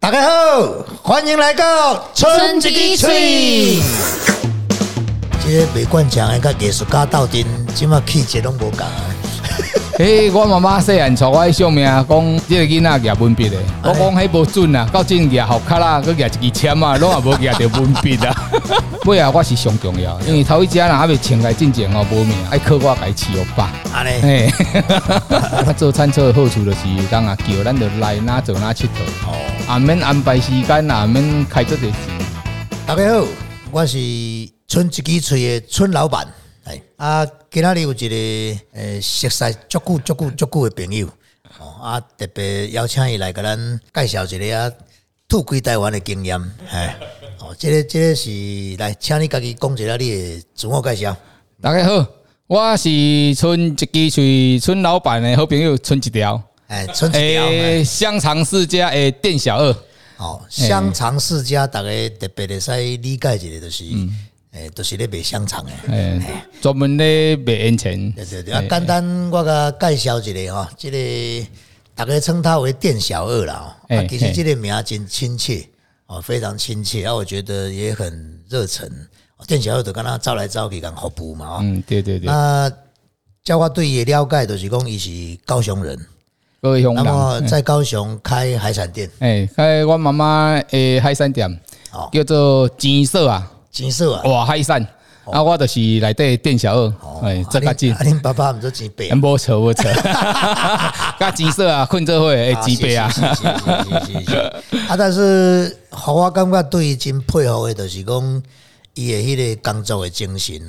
大家好，欢迎来到春一支嘴。这个卖灌肠的甲艺术家斗阵，即马气质拢无共。 我妈妈细汉带我去上命，讲这个囡仔举文笔的，我讲迄无准啊，到真举号卡啦，佮举一支签啊，拢也无举着文笔啊。尾啊，我是上重要，因为头一只人还未请来进前哦，无命，爱靠我家饲600。安尼，嘿，做餐车的好处就是，当啊叫咱就来哪做哪佚佗，也免安排时间，也免开足侪钱。 大家好，我是春一支嘴的春老板。今仔日有一个熟悉足久的朋友，特别邀请伊来给咱介绍一个兔归台湾的经验。这个是来，请你家己讲一下你的自我介绍。 大家好，我是春一支嘴春老板的好朋友春一条。 春一条， 香肠世家的店小二。 香肠世家，大家特别的使理解一下，就是。都是咧卖香肠诶， 专门咧卖烟钱。 对，简单我甲介绍一下哈，这个大家称他为店小二啦。其实这个名真亲切非常亲切我觉得也很热忱。店小二就跟他招来招去讲服务嘛对。 那叫我对伊了解，就是讲伊是高雄人，那么在高雄开海产店， 开我妈妈的海产店，叫做金色啊。 钱少啊， 哇海产我就是内底店小二，这较紧。 恁爸爸毋做钱白， 无错，甲钱少啊，困做伙会钱白啊。 是。但是，互我感觉对伊真佩服的，就是讲伊的迄个工作的精神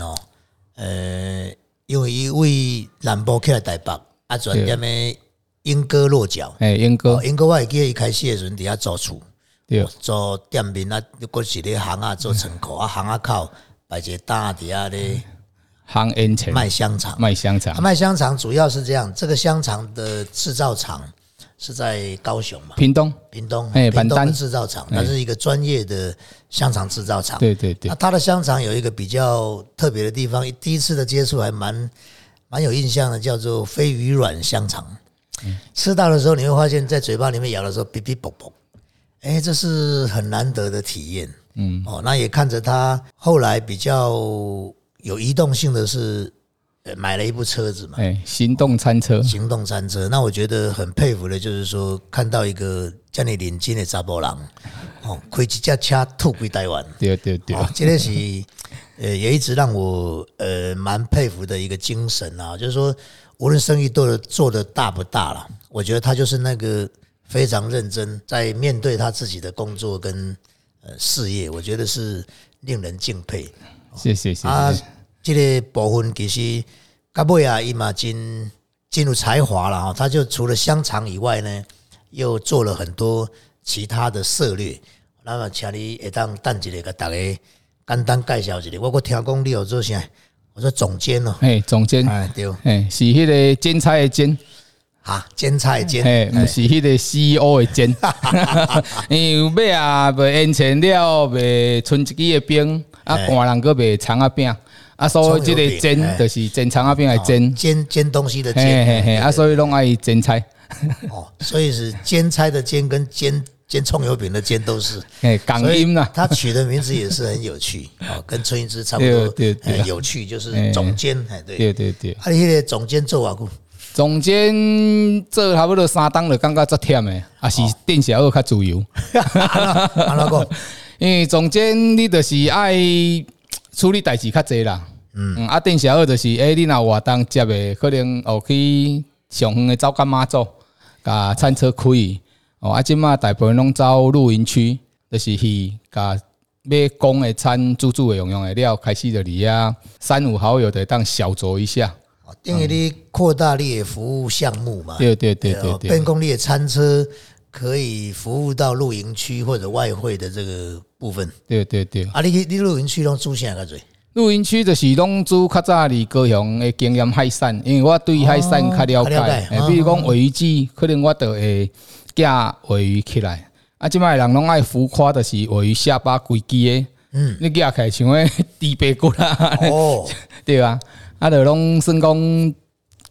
因为伊为南部起来台北，全点的莺歌落脚， 莺歌我会记得伊开始的时阵伫遐做厝。做店面或是咧巷做仓库巷口摆一个担伫遐咧行烟钱卖香肠，卖香肠主要是这样。这个香肠的制造厂是在高雄嘛？ 屏东的制造厂，它是一个专业的香肠制造厂。 对。 那它的香肠有一个比较特别的地方，第一次的接触还蛮有印象的，叫做飞鱼软香肠。吃到的时候你会发现在嘴巴里面咬的时候哔哔啵啵。这是很难得的体验。那也看着他后来比较有移动性的是，买了一部车子嘛， 行动餐车。 那我觉得很佩服的，就是说看到一个这么认真的查甫人，开一架车吐归台湾。 对。 这个是也一直让我蛮佩服的一个精神啊，就是说无论生意做的大不大啦，我觉得他就是那个。非常认真，在面对他自己的工作跟事业，我觉得是令人敬佩。 谢谢。 这个部分其实到尾伊嘛真有才华啦。他就除了香肠以外呢，又做了很多其他的涉猎。那么，请你会当等一下，给大家简单介绍一下。我听讲你有做啥？我说总监哦， 总监， 对， 是迄个煎菜的煎。 煎菜煎， 不是迄个 CEO 的煎，因为尾啊卖烟钱了，卖春一支的饼，寒人个卖肠仔饼，所以这个煎就是煎肠仔饼的煎， 煎东西的煎， 所以拢爱煎菜。 所以是煎菜的煎跟煎葱油饼的煎都是港音啦。 他取的名字也是很有趣，跟春一枝差不多， 对， 有趣就是总监， 对。 你迄个总监做偌久？ 总监做差不多3档就感觉足忝的，也是店小二较自由。 安怎讲？ 因为总监你就是爱处理代志较济啦。店小二就是你若活动接的，可能去上远的走干妈做，甲餐车开。即马大部分拢走露营区，就是去甲要供的餐煮的用的料，开始就离3、5好友的当小酌一下。 等于你扩大你的服务项目嘛？ 对， 变工你的餐车可以服务到露营区或者外汇的这个部分。对。你露营区拢煮啥较侪？ 露营区就是拢煮较早离高雄的经验海产，因为我对海产较了解。比如讲鲔鱼季，可能我就会架鲔鱼起来。即摆人拢爱浮夸，就是鲔鱼下巴规支的，你架起来像迄猪背骨啦。对啊。就拢算讲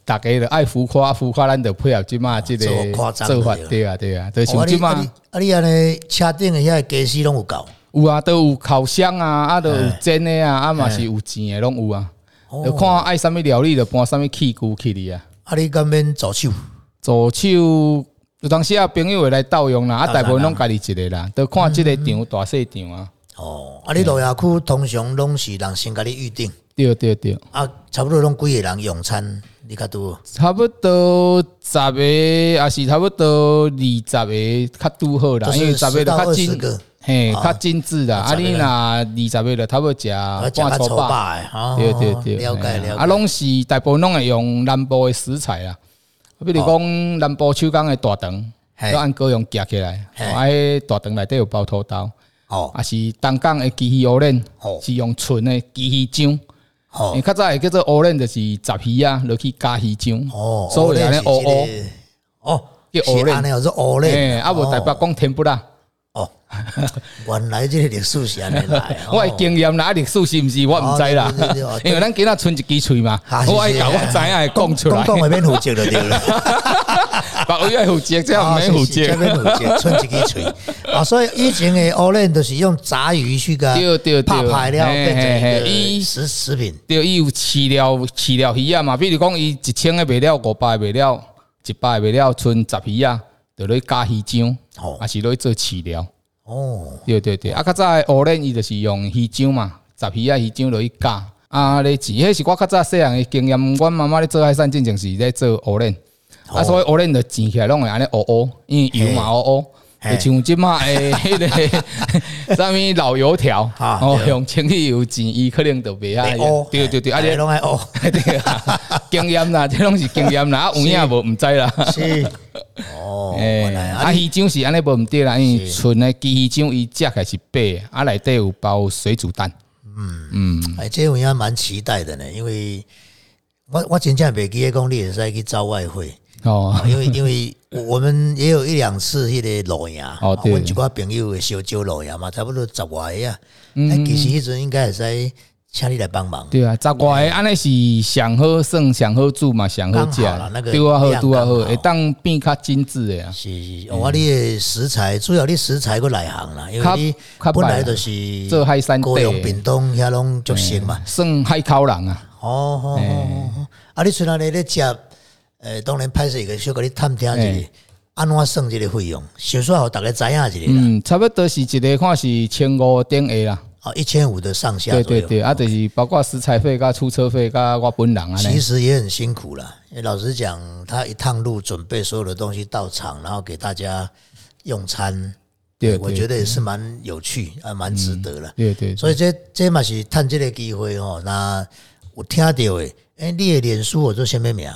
大家就爱浮夸，咱就配合即马即个做法，对啊，就像即马。 你安尼车顶的遐家私拢有够？ 有啊，都有烤箱啊，都有煎的啊，嘛是有钱的拢有啊。就看爱啥物料理，就搬啥物器具去哩啊。 你敢免助手？ 助手有当时啊，朋友会来盗用啦，大部分拢家己一个啦，都看即个场大细场啊。 你路亚区通常拢是人先甲你预定。 对。 差不多拢几个人用餐，你较拄？ 差不多10个，也是差不多20个较拄好啦，因为10个就较精，较精致啦。你若20个就差不多食半粗饱。对， 了解。 拢是大部分拢会用南部的食材啦，比如讲南部手工的大肠，都按各样夹起来，大肠内底有包土豆。也是东港的鸡鱼乌链，是用纯的鸡鱼浆。较早会叫做乌链，就是杂鱼啊，落去加鱼浆。所以安尼乌叫乌链， 安尼做乌链。 无台北讲天不啦。 原来这个历史是安尼来。 我的经验啦，历史是毋是我毋知啦，因为咱今仔剩一支喙嘛，我爱甲我知影会讲出来。 讲会免负责就对了。 别位爱负责，这样免负责， 这免负责，剩一支喙。所以以前的乌链都是用炸鱼去个拍排料变成一个食品。 对，伊有饲料鱼啊嘛，比如讲伊1000个卖了，500个卖了，100个卖了，剩10鱼啊，就落去加鱼浆，还是落去做饲料。对，较早的乌链伊就是用鱼浆嘛，10鱼啊鱼浆落去加。咧钱，迄是我较早细汉的经验。阮妈妈咧做海产，正正是咧做乌链。所以乌链就煎起来拢会安尼乌，因为油嘛乌。就像即马诶，迄个啥物老油条，用清气油煎，伊可能就袂啊。对， 且拢爱乌。 对啊，经验啦，这拢是经验啦，有影无毋知啦。 是。 原来鱼浆是安尼无毋对啦，因为纯的鸡鱼浆伊食起来是白，内底有包水煮蛋。 这我也蛮期待的呢，因为我真正袂记得讲你会使去招外汇。因为我们也有1-2次迄个露营，阮一寡朋友的烧酒露营嘛，差不多10外个啊。其实迄阵应该会使请你来帮忙。对啊，10外个安尼是上好耍、上好煮嘛、上好食，拄啊好，会当变较精致的啊。 是，你的食材主要你食材佫内行啦，因为你本来就是做海产高雄、屏东遐拢足熟嘛， 算海口人啊。 你像安尼咧食。当然歹势个小甲你探听一下，安怎算这个费用？小说互大家知影一下啦。 差不多是一个看是1500顶下啦。 1500的上下左右。 对，就是包括食材费、甲出车费、甲我本人啊。 其实也很辛苦啦。老实讲，他一趟路准备所有的东西到场，然后给大家用餐。对，我觉得也是蛮有趣啊，蛮值得了。 对， 所以这嘛是趁这个机会哦。那有听到的，你的脸书我做什么名？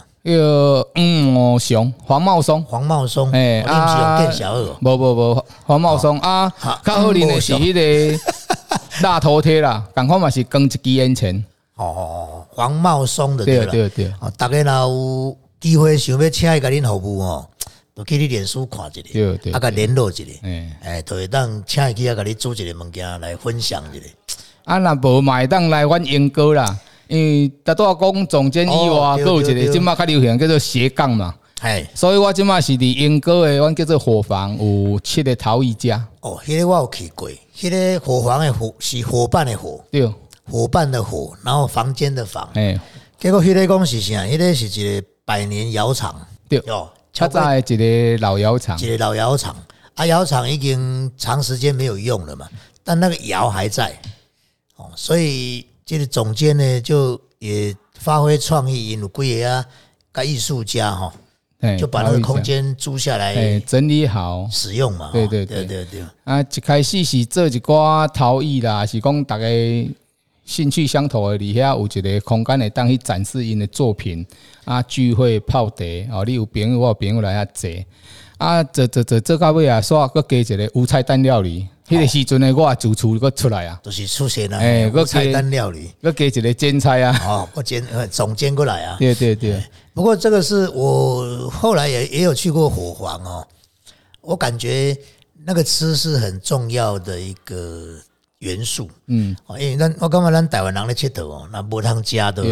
黄茂松， 你不是用店小二？ 无，黄茂松啊，较好啉的是迄个大头贴啦，赶快嘛是更一支烟钱。 黄茂松的对。 大家若有机会想要请伊甲恁服务就去你脸书看一下， 对， 甲联络一下，就会当请伊去甲你煮一个物件来分享一下。 若无嘛会当来阮英哥啦。因为大多讲总监以外，还有一个即马较流行叫做斜杠嘛，所以我即马是伫英哥的，阮叫做伙房有7个陶艺家。 迄个我有去过，迄个伙房的伙是伙伴的伙， 对， 伙伴的伙，然后房间的房，结果迄个讲是啥？迄个是一个100年窑厂， 对，较早的一个老窑厂，窑厂已经长时间没有用了嘛，但那个窑还在，所以。这个总监呢，就也发挥创意，有几个啊，甲艺术家就把那个空间租下来， 整理好使用嘛。对。 一开始是做一寡陶艺啦，是讲大家兴趣相投的，里遐有一个空间会当去展示因的作品啊，聚会泡茶你有朋友，我有朋友来遐坐做到尾啊，煞搁加一个无菜单料理。迄个时阵呢，我主厨佫出来啊， 就是出现了，菜单料理， 佫加一个煎菜啊， 总监过来啊， 对。 不过这个是我后来也有去过伙房我感觉那个吃是很重要的一个元素，因为我感觉咱台湾人咧佚佗那无通食都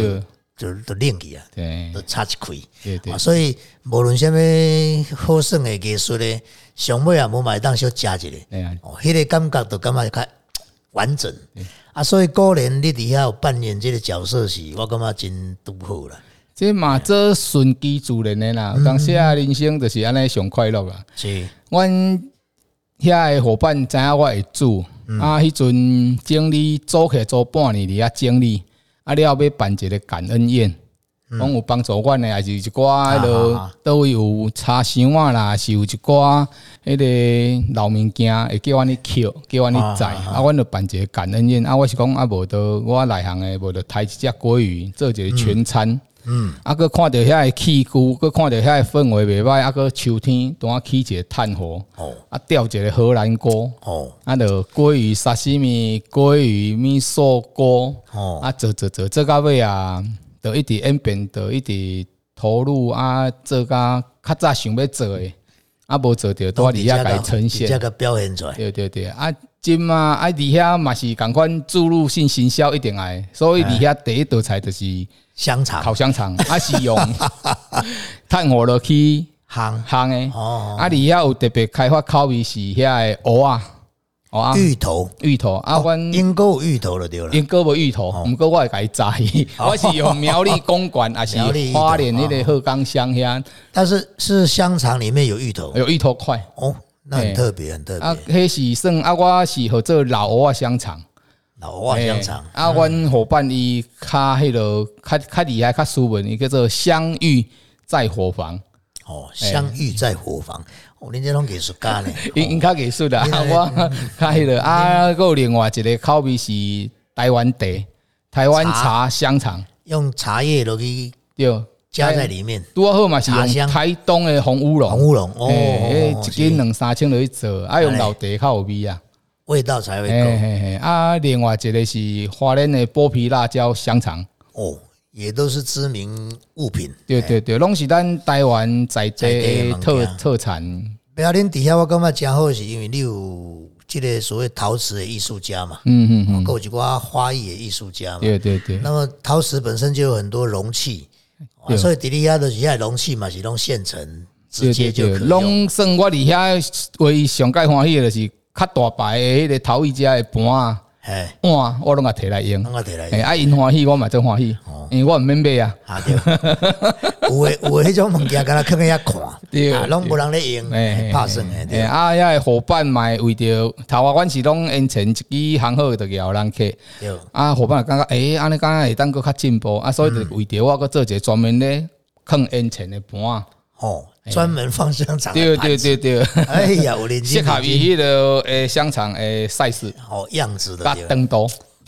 就冷去啊， 对， 就插一开。 对对， 所以无论什么好耍的艺术咧，上尾也无买当小加一下，迄个感觉就感觉较完整。所以果然你伫遐有扮演这个角色时，我感觉真拄好啦。 这嘛做顺其自然的啦，有当时啊人生就是安尼上快乐啊。 是， 阮遐的伙伴知影我会煮，迄阵整理做起做半年伫遐整理，了要办一个感恩宴，讲有帮助阮的，还是一寡迄落倒位有茶香啊啦，是有一寡迄个老物件会叫阮去捡，叫阮去载，阮就办一个感恩宴。我是讲无就我内行的，无就抬一只鲑鱼做一个全餐。佮看到遐个气球，佮看到遐个氛围袂歹，佮秋天当起一个炭火，钓一个荷兰锅，就鲑鱼沙西米、鲑鱼米寿锅，做到尾啊，就一直演变，就一直投入做甲较早想要做的，无做着都伫遐甲呈现， 这个表现出来。 对，今嘛伫遐嘛是共款注入性行销一定爱，所以伫遐第一道菜就是。 香肠， 烤香肠，是用炭火落去烘的。伫遐有特别开发口味是遐个蚵仔， 芋头， 阮英国有芋头就对了。 英国无芋头，毋过我会甲伊炸伊，我是用苗栗公馆，还是花莲迄个鹤冈乡遐。 但是是香肠里面有芋头， 有芋头块哦，那很特别，很特别。迄是算我是合做老蚵仔香肠。 老蚵仔香肠， 阮伙伴伊较迄落较厉害，较斯文，伊叫做相遇在伙房。 相遇在伙房，恁这种艺术家呢？ 因较艺术啦，我较迄落还有另外一个口味是台湾茶香肠， 用茶叶落去对加在里面， 拄好嘛是用台东的红乌龙，一斤2-3千落去做，用老茶较有味啊。 味道才会够。 另外一个是花莲的剥皮辣椒香肠， 也都是知名物品。 对，拢是咱台湾在地特产。 不要恁底下我感觉真好，是因为你有这个所谓陶瓷的艺术家嘛，还有一寡花艺的艺术家嘛。 对。 那么陶瓷本身就有很多容器，所以底下的遐容器嘛是拢现成，直接就可以用。 拢算我伫遐为上介欢喜的就是。较大牌的迄个陶艺家的盘碗，我拢甲摕来用。因欢喜，我嘛真欢喜，因为我毋免买啊。 有诶，迄种物件，敢若囥喺遐看，拢无人咧用，拍算诶。 遐伙伴嘛为着头啊，阮是拢因前一支行好就有人客。伙伴感觉安尼敢会当搁较进步，所以就为着我搁做一个专门咧囥因前的盘。 专门放香肠， 对， 哎呀，有认真， 适合于迄个香肠的 size 样子的长度，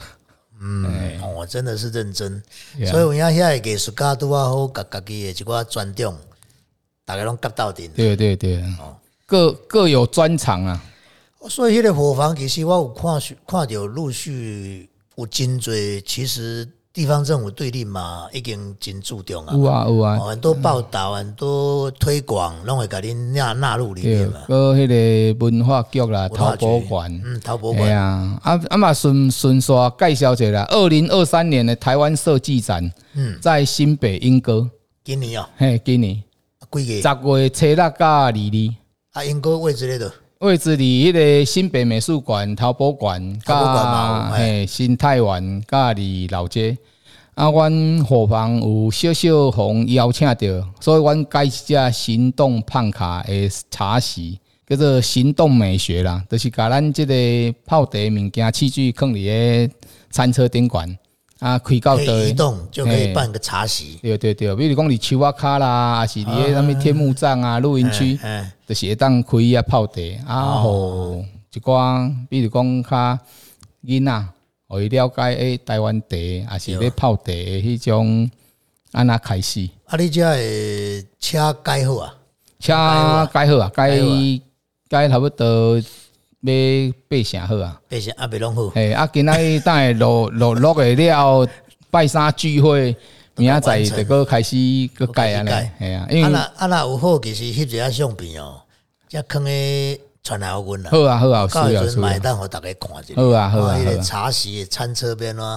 真的是认真，所以我遐个艺术家拄啊好，家己的一寡专长，大家拢夹到顶， 对，各有专长啊。 所以迄个伙房其实我有看到陆续有真多，其实。地方政府对立嘛，已经真注重啊， 有啊， 很多报道、很多推广，拢会甲恁纳入里面嘛。 个迄个文化局啦，陶博馆， 陶博馆嘛顺刷介绍一下啦。2023年的台湾设计展，在新北莺歌， 今年哦， 今年几个 10月初6到22。 莺歌位置咧度。 位置伫迄个新北美术馆、陶博馆、新泰园、甲伫老街。阮伙房有小红邀请到，所以阮改一只行动胖卡的茶席，叫做行动美学啦，就是甲咱即个泡茶物件器具放伫个餐车顶管。开到移动就可以办个茶席。 对，比如讲你树仔骹啦，还是你迄什么天幕帐啊、露营区，就是会当开泡茶互一寡，比如讲较囡仔，互伊了解台湾茶，还是要泡茶的迄种安那开始。 你这个车改好啊？ 车改好啊，改差不多。要8成好啊 ，8成未拢好。 今仔等下录个了，拜三聚会，明仔载就搁开始搁改安尼。因为若有好，其实翕一下相片哦，才放诶传来阮啦。 好啊， 到时阵买当互大家看一下。 好啊。 迄个茶席餐车边啊，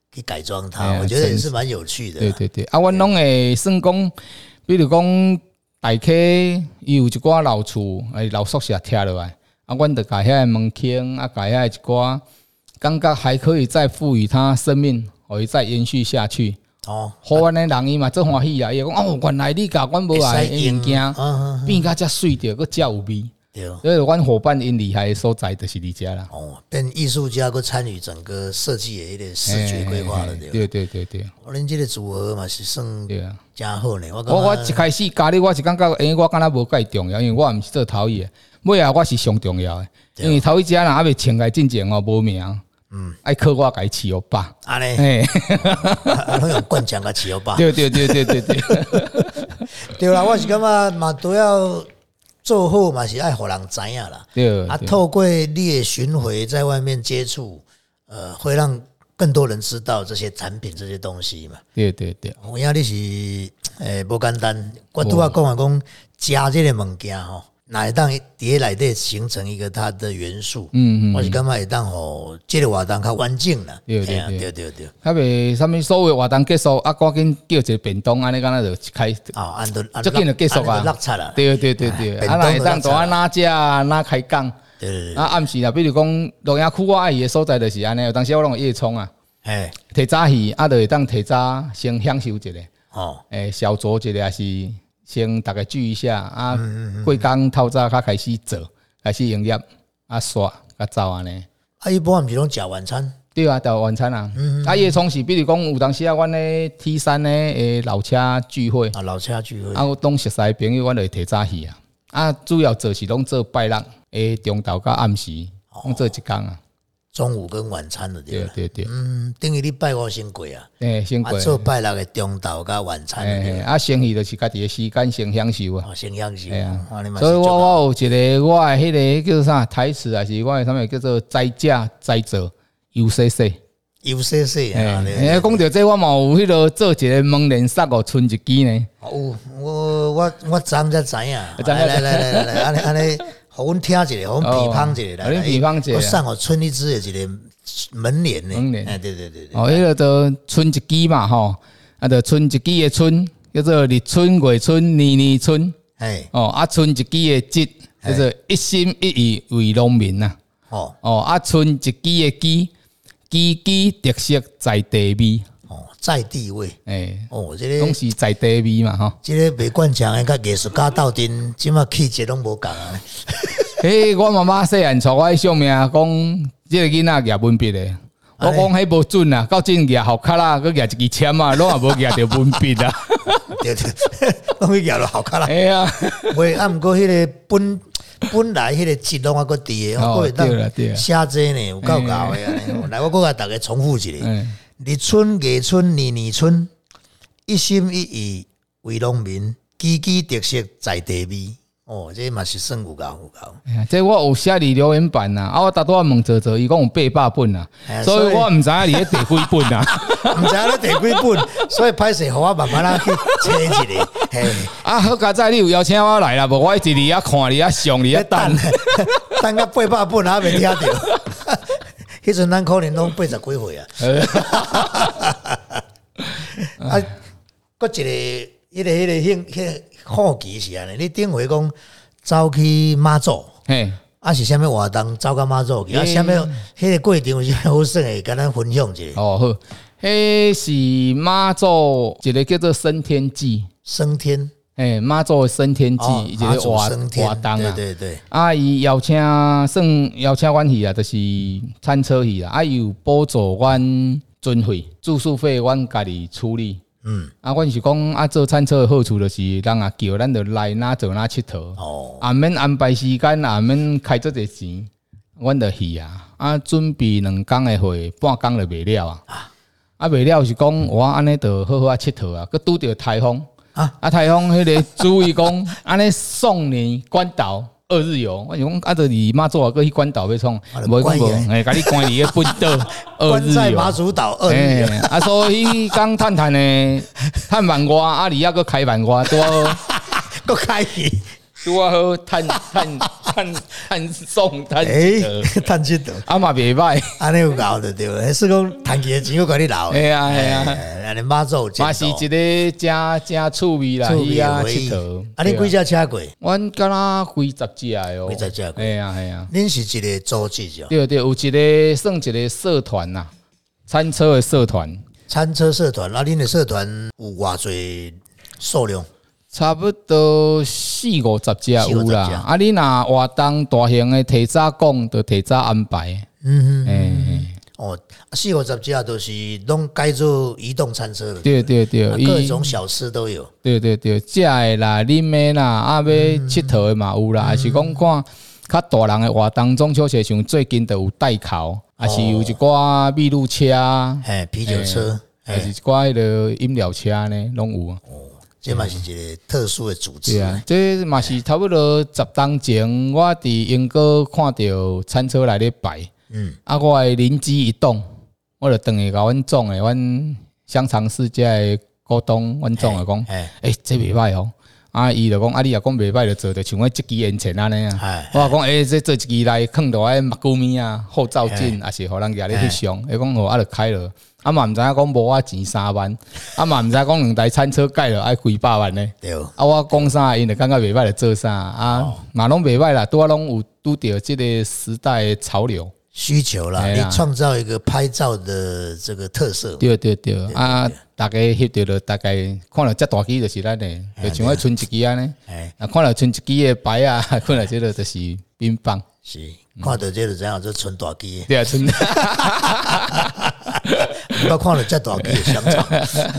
去改装它，我觉得也是蛮有趣的。 对对对，啊，阮拢会算讲，比如讲大溪伊有一寡老厝，老宿舍拆落来，啊，阮就把遐门厅啊，把遐一寡感觉还可以再赋予它生命，可以再延续下去。哦，好安尼人伊嘛做欢喜啊！伊讲哦，原来你甲阮无来物件变甲遮水着，佫遮有味。对，所以阮伙伴因厉害的所在就是伫遮啦。哦， 变艺术家佫参与整个设计的一个视觉规划了，对。 对对对对， 恁这个组合嘛是算对啊， 真好呢。 我一开始加入我是感觉，我感觉无介重要，因为我毋是做陶艺的，尾啊我是上重要的，因为陶艺家人还未请来进前哦无名。爱靠我改饲油巴， 安尼，拢用灌浆个饲油巴。 对对对对对对， 对啦，我是感觉嘛都要做好嘛，是爱互人知影啦。 对啊，透过你的巡回在外面接触，会让更多人知道这些产品这些东西嘛。 对对对， 有影你是无简单，我拄仔讲加这个物件吼。哪会当伫内底形成一个它的元素？我是感觉会当吼，这个活动较完整啦。 对对对对对，较袂啥物所谓活动结束啊，赶紧叫一个便当，安尼敢若就开哦，按最紧就结束啊， 落漆啦。 对对对对，啊，来会当大安哪食哪开讲。 对对对。 啊，暗时啦，比如讲录影区我爱伊的所在就是安尼，有当时我拢夜冲啊，提早去啊，就会当提早先享受一下。哦，小酌一下也是。先大概聚一下啊，过工透早较开始做，开始营业啊，刷啊走安尼。 啊，一般毋是拢食晚餐？ 对啊，食晚餐啊。啊，夜冲是比如讲有当时啊，阮咧 T3咧老车聚会啊，老车聚会啊， 有当熟悉朋友，阮就会提早去啊。啊，主要做是拢做拜六中昼到暗时，拢做一工啊。 中午跟晚餐的对对对， 等于你拜五先过啊， 先过， 做拜六的中昼跟晚餐， 啊，先去就是家己的时间先享受啊， 先享受， 所以我有一个我的迄个叫做啥台词，还是我的啥物叫做栽架栽做 UCC， 讲到这我嘛有迄个做一个蒙连杀哦，春一支呢， 有我昨才知影，来，安尼。互阮听一下，互阮批判一下来。我送互春一枝的一个门帘呢。对。 哦，迄个就春一枝嘛吼，啊，就春一枝的春叫做日春、月春、年年春。哦，啊，春一枝的枝叫做一心一意为农民呐。哦，啊，春一枝的枝，枝特色在地味。 哦，在地位， 这个拢是在地味嘛吼。 这个卖灌肠的甲艺术家斗阵，即马气质拢无共啊。 我妈妈细汉带我去上面讲，这个囡仔举文笔的，我讲迄无准啊，到真举号卡啦，佮举一支签啊，拢也无举着文笔啊。 对，拢去举落号卡啦。 哎呀， 喂，啊，毋过迄个本来迄个质量啊，佮伫的，我会当写这呢，有够高的啊。来，我佮甲大家重复一下。日春、月春、年年春，一心一意为农民，枝特色在地味。哦，这嘛是算有够。 这我有写伫留言板呐，啊，我大多问做，伊讲有800本呐，所以我毋知影你咧第几本呐， 毋知影咧第几本，所以歹势，互我慢慢去找一下。 啊，好佳哉，你有邀请我来啦，无我一直伫遐看，伫遐上，伫遐等， 等到800本还没听到。迄阵咱可能拢80几岁啊！啊，搁一个迄个好奇是安尼，你顶回讲走去马祖，啊是啥物活动走到马祖去？啊，啥物迄个过程有啥好耍的，跟咱分享一下。 哦，好，迄是马祖一个叫做升天祭， 升天。 马祖的升天祭，一个活动啊， 对。 啊，伊邀请阮去啊，就是餐车去啊，啊，有补助阮准费、住宿费，阮家己处理。啊，阮是讲啊，做餐车的好处就是，人啊叫咱就来哪做哪佚佗，也免安排时间，也免开这个钱，阮就去啊。啊，准备2工的会，半工就卖了啊。啊，卖了是讲我安尼就好好啊佚佗啊，佮拄着台风。啊！台风迄个主意讲，安尼送你关岛2日游。我讲啊，着你妈做个去关岛要创，无讲无，甲你关伫个本岛2日游。关在马祖岛2日游。 啊，所以讲趁呢，趁万外，啊，你还佫开万外多， 佫开去。 拄啊好趁送趁趁佚佗， 啊嘛袂歹， 安尼有搞就对了。是讲趁钱的钱我甲你留， 系啊系啊， 安尼马祖嘛是一个真趣味啦，伊啊佚佗。 啊，你几只车过？ 阮敢若几十只哦， 几十只过？ 系啊系啊。 恁是一个组织哦？ 对，有一个算一个社团呐，餐车的社团。 餐车社团，啊，恁的社团有偌侪数量？ 差不多40-50只有啦。啊，你若活动大型的提早讲，就提早安排。 哦，40-50只都是拢改做移动餐车了。 对， 各种小吃都有。 对，食的啦、啉的啦，啊要佚佗的嘛有啦，还是讲看较大人的活动中秋节，像最近就有代考。还是有一寡秘鲁车， 啤酒车， 还是一寡迄个饮料车呢，拢有。 这嘛是一个特殊的组织。 对啊，这嘛是差不多10当前，我伫英国看到餐车来咧摆，我的灵机一动，我就等于甲阮总的，阮香肠世家的股东，阮总的讲，这袂歹哦。啊，伊就讲，啊，你若讲袂歹，就做着像我即支烟钱安尼啊。我讲，这做一支来放落来目睭面啊，后照镜，也是互人举咧翕相。伊讲，啊，就开了，啊嘛毋知影讲无我钱3万，啊嘛毋知讲2台餐车改了爱几百万呢。对。啊，我讲啥，因就感觉袂歹就做啥啊，嘛拢袂歹啦，拄啊拢有拄着即个时代的潮流。 需求啦，你创造一个拍照的这个特色。 对啊，大家翕到了，大概看到遮大机就是咱的，就像我剩一支安尼。啊，看到剩一支的牌啊，看到这个就是冰棒。 是，看到这个怎样？就剩大机。 对啊，剩。 我看到遮大机的香肠。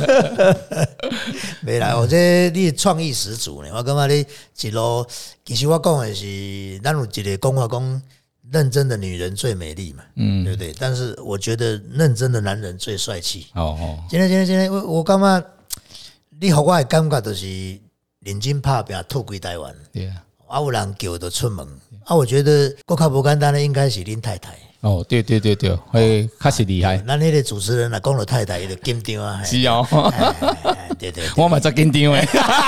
没啦，我这你创意十足呢。我感觉你一路，其实我讲的是，咱有一个讲法讲。认真的女人最美丽嘛，对不对？但是我觉得认真的男人最帅气。今天，我感觉你互我的感觉就是认真拍拼，吐归台湾。对啊，有人叫就出门。啊，我觉得更较无简单的应该是恁太太。 哦，对，会较是厉害。 咱那个主持人若讲到太太，伊就紧张啊。 是哦， 对， 我嘛真紧张诶。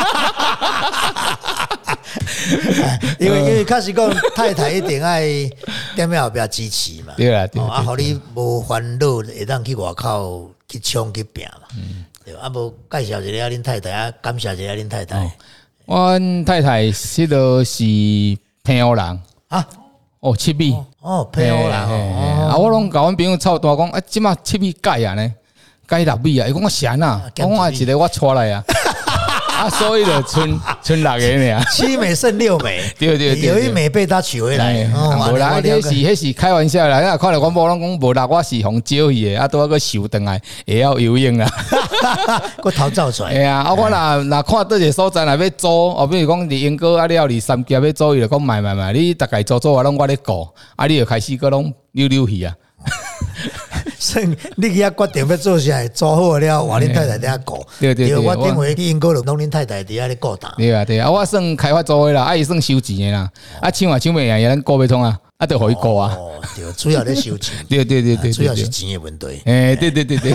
因为确实讲太太一定爱踮喺后壁支持嘛， 对啊， 啊，互你无烦恼，会当去外口去冲去拼嘛，对啊，无介绍一下恁太太啊，感谢一下恁太太。 阮太太迄个是平湖人啊，七米平湖人啊，我拢甲阮朋友臭大讲，即马7米改啊呢，改6米啊，伊讲我啥啊，讲我一个我带来啊。啊，所以就剩6个尔 ，7美胜6美， 对， 有一美被他取回来。 无啦，迄是开玩笑啦。因为看到阮某拢讲无啦，我是互招去的，啊，拄仔个收转来，会晓游泳啦， 我逃走出来。 哎啊，我若看倒一个所在若要租，比如讲伫英国啊了伫三峡要租，伊就讲买，你大概租啊，拢我咧顾，啊，你就开始个拢溜去啊。 你去遐决定要做啥，做好了，换恁太太伫遐顾。对，我顶回去英国就拢恁太太伫遐咧顾单。 对啊，我算开发做诶啦，啊伊算收钱诶啦，啊抢也抢袂赢，咱顾袂通啊，啊得互伊顾啊。 对，主要咧收钱。 对， 主要是钱诶问题。 对。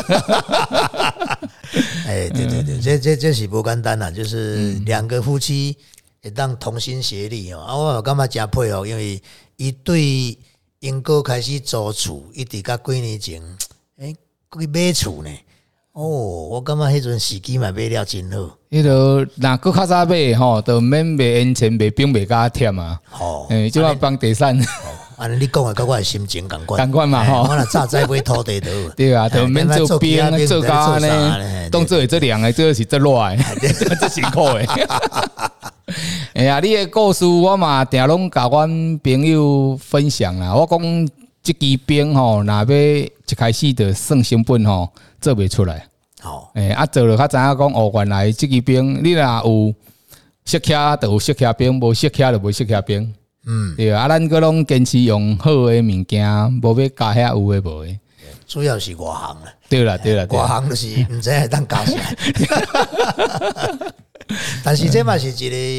对，这是不简单啦，就是两个夫妻会当同心协力哦。啊，我感觉真配合，因为伊对。英国开始租厝，一直到几年前，去买厝呢。我感觉迄阵时机嘛买了真好。 迄个若搁较早买吼，就免卖烟钱、卖冰、卖甲忝啊。即马帮地产。 安尼你讲的，甲我的心情共款。 共款嘛吼。 我若早知买土地就好。 对啊，就免做冰、做甲呢，当做会做凉的，做是做热的，做辛苦的。哎呀，你的故事我嘛定拢甲阮朋友分享啦。我讲这支冰吼，若要一开始就算成本吼，做袂出来。做了较知影讲原来这支冰你若有适合就有适合冰，无适合就无适合冰。对啊，咱个拢坚持用好的物件，无要加遐有的无的。 主要是外行啦。 对啦， 外行就是毋知会当加啥。但是这嘛是一个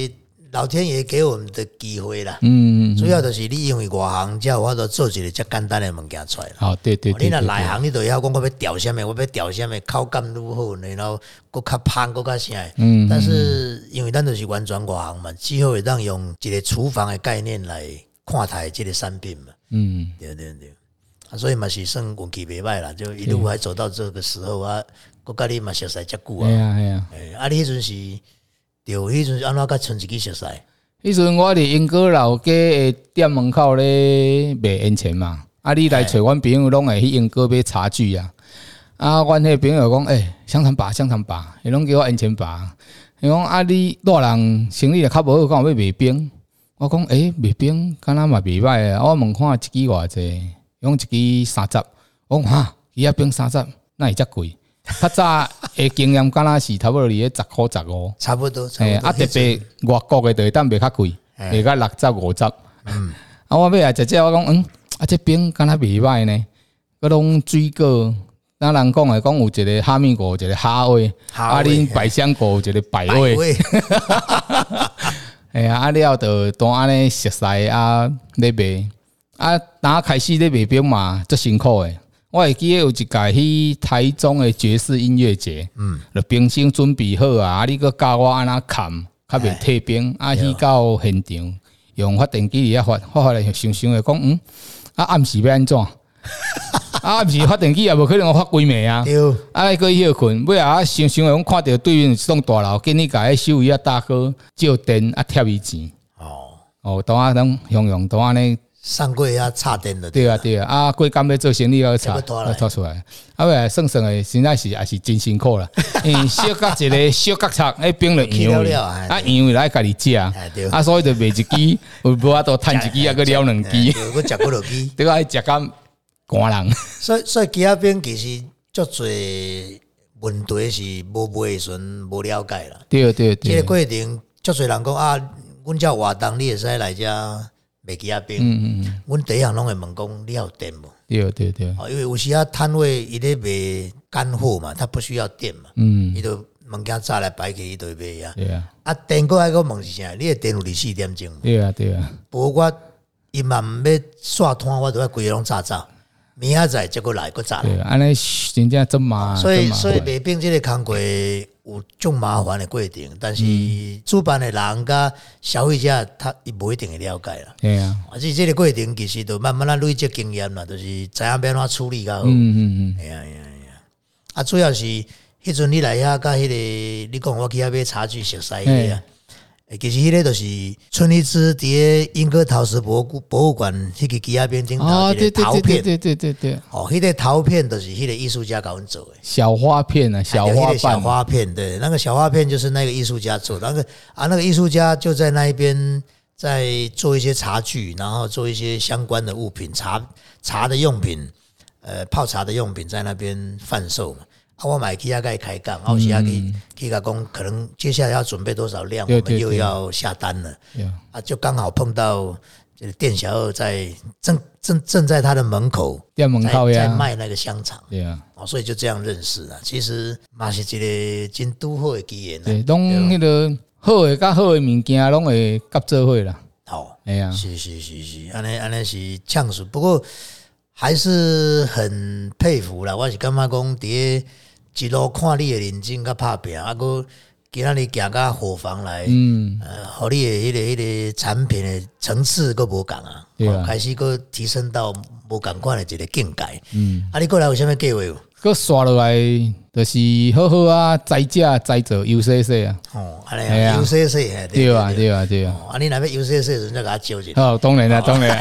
老天爷给我们的机会啦。主要就是你因为外行才有法度做一个这简单的物件出来。 好，对对对， 你若内行，你就要讲我要调什么，我要调什么，口感如何，然后搁较香，搁较啥。但是因为咱就是完全外行嘛，只好会当用一个厨房的概念来看待这个产品嘛。对对对。所以嘛是算运气袂歹啦，就一路还走到这个时候啊，我甲你嘛熟识遮久啊。啊，你迄阵是，对，迄阵安怎甲剩一支熟识？ 迄阵我伫英歌老街的店门口咧卖烟钱嘛，啊，你来找阮朋友拢会去英歌买茶具啊。啊，阮迄朋友讲，香肠拔，香肠拔，伊拢叫我烟钱拔。伊讲啊，你大人生意也较无好，讲要卖冰。我讲卖冰，敢若嘛袂歹啊。我问看一支偌济？用一支30，我讲哈，伊啊冰30，那会遮贵？较早的经验，敢若是差不多伫10块15， 差不多。 啊，特别外国的就会当卖较贵，卖到60、50。啊，我买来食我讲，啊，这冰敢若袂歹呢。嗰种水果，咱人讲的讲有一个哈密果，一个哈味，啊，恁百香果有一个百味。啊了就当安尼熟悉啊咧卖。啊，打开始咧卖冰嘛，足辛苦诶。我会记得有一届去台中的爵士音乐节，就冰箱准备好啊，你搁教我安怎砍，较袂退冰。啊，去到现场用发电机嚟发来想想诶，讲啊暗时要安怎？啊暗时发电机也无可能发规暝啊，啊搁去困，尾啊想想诶，讲看到对面一栋大楼，建议甲迄收银大哥借电啊贴伊钱。当啊当用当安尼。 上过遐插电的， 对啊，啊，过工要做生意要插出来，啊，尾算算诶，实在是也是真辛苦啦。因为小角一个小角插，冰了样了，啊样来家己食，啊，所以就卖一支，有无法度趁一支啊，搁了2支， 搁食过落支， 对啊，食到寒人。 所以鸡仔冰其实足侪问题是无卖时无了解啦。 对， 这个过程足侪人讲啊，阮遮活动你会使来遮。卖鸡仔冰，阮第一项拢会问讲你要有电无？ 对， 因为有时啊摊位伊咧卖干货嘛，他不需要电嘛，伊就物件炸来摆起伊就会卖啊。 对啊， 啊电过来个问是啥？你的电有24点钟。 对啊， 无我伊嘛毋要刷摊，我就要规个拢炸，明仔载再过来个炸。 对，安尼真正真麻。 所以卖冰这个工课有种麻烦的过程，但是主办的人甲消费者他伊无一定会了解啦。 对啊， 而且这个过程其实就慢慢累积经验啦，就是知影要安怎处理较好。啊，主要是迄阵你来遐甲迄个，你讲我去遐买茶具熟悉个啊。其实迄个就是春丽枝伫个英歌陶瓷博物馆迄个鸡仔冰顶头一个陶片， 对。 迄个陶片就是迄个艺术家甲阮做的小花片啊，小花片，对，那个小花片就是那个艺术家做的，那个艺术家就在那一边在做一些茶具，然后做一些相关的物品，茶的用品，泡茶的用品在那边贩售嘛。我买去大概开杠，有时去甲讲，可能接下来要准备多少量，我们又要下单了。啊，就刚好碰到这个店小二在正在他的门口， 店门口在卖那个香肠，所以就这样认识了。其实嘛是一个真拄好的机缘。 对，拢迄个好的甲好的物件，拢会合做伙啦。 是，安尼是呛死。不过还是很佩服啦，我是感觉讲伫一路看你的认真甲拍拼，啊，搁今仔日行到伙房来，互你的迄个产品的层次搁无共啊，开始搁提升到无共款的一个境界。啊，你过来有啥物计划？ 搁刷落来就是好好啊，栽做 UCC 啊。 安尼啊 ，UCC 对啊。 你若要 UCC 的时阵，再甲我招一。 当然。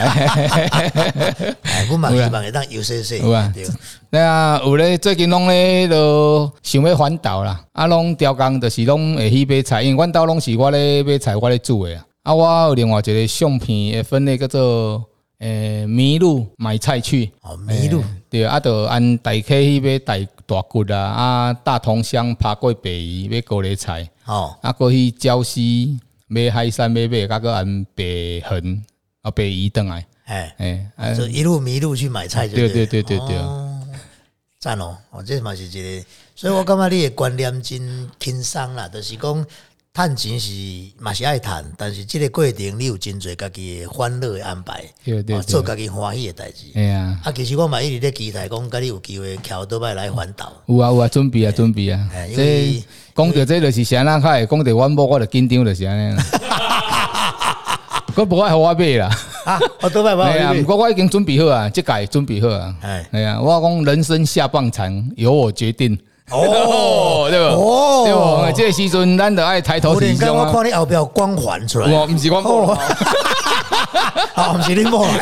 我嘛希望会当 UCC。 有啊，对啊，有咧最近拢咧都想要环岛啦，啊，拢调工就是拢会去买菜，因为阮兜拢是我咧买菜，我咧煮的啊。啊，我有另外一个相片的分类叫做迷路买菜去。 迷路。 对啊，就按大溪去买大骨啊，大同乡爬过北宜买高丽菜，啊，过去礁溪买海产买，甲个按北横啊北宜转来， 就一路迷路去买菜就对。 对， 赞哦，这嘛是一个，所以我感觉你的观念真轻松啦，就是讲趁钱是嘛是爱趁，但是这个过程你有真侪家己的欢乐的安排， 对做家己欢喜的代志。 哎呀， 其实我嘛一直在期待讲，甲你有机会桥倒摆来环岛。 有啊，准备啊。这讲到这就是啥啦，开讲到阮某我就紧张就是安尼啦。我无爱互我买啦。 我倒摆无。 哎呀，不过我已经准备好啊，这届准备好啊。哎呀，我讲人生下半场由我决定。哦，对不？哦，对不？这个时阵咱就爱抬头挺胸啊！ 我看你后边有光环出来， 我不是光环， 不是你某来，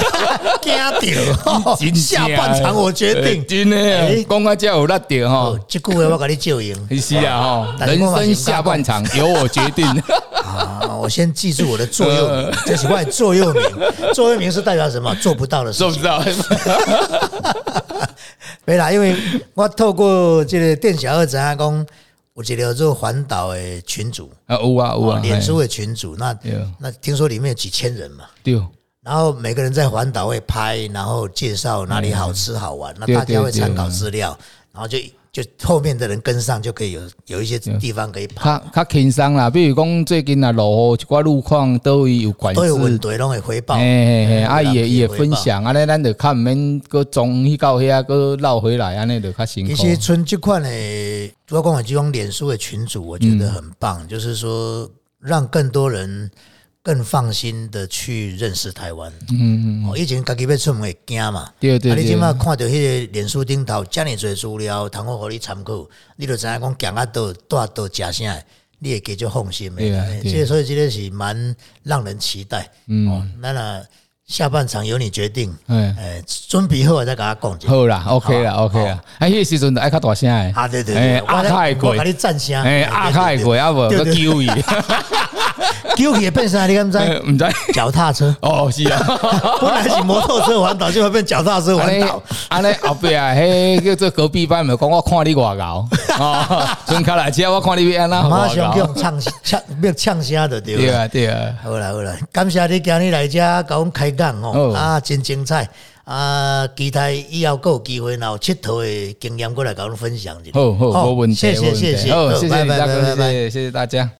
惊到！下半场我决定， 真的，讲啊才有力着吼。 这句话我给你照应， 是啊吼，人生下半场由我决定。 我先记住我的座右铭，这是我的座右铭。座右铭是代表什么？做不到的事情。 做不到。 没啦，因为我透过这个店小二知影讲，有一个做环岛的群组有啊， 脸书的群组，那听说里面有几千人嘛， 对。 然后每个人在环岛会拍，然后介绍哪里好吃好玩，那大家会参考资料，然后就后面的人跟上，就可以有一些地方可以跑， 较轻松啦。比如讲最近啊落雨一寡路况都会有管制， 都有问题拢会回报。 伊会分享，安尼咱就较毋免搁总去到遐搁绕回来，安尼就较辛苦。 其实像这款的，我讲的这种脸书的群组，我觉得很棒，就是说让更多人更放心的去认识台湾。以前自己要出门会惊嘛， 对。 你现在看到那个脸书顶头这么多资料，通好给你参考，你就知道讲行啊到带到吃啥，你会继续放心的。所以这个是蛮让人期待。那下半场由你决定。准备好再跟他讲。 好啦 ，OK 啦。迄个时阵就爱较大声的。 对， 阿卡会过， 我给你赞声。 阿卡会过，啊无个救伊。 丢也变啥？你敢知？ 唔知脚踏车哦，是啊， 本来是摩托车环岛，就会变脚踏车环岛。 安尼后壁啊，迄叫做隔壁班咪讲我看你外搞哦，剩下来车我看你要安那马上用唱声的对吧？对啊。 好啦，感谢你今日来这甲阮开讲哦，真精彩期待以后还有机会，然后佚佗的经验过来甲阮分享一下。 好，没问题。 谢谢， 好，谢谢大哥，谢谢大家。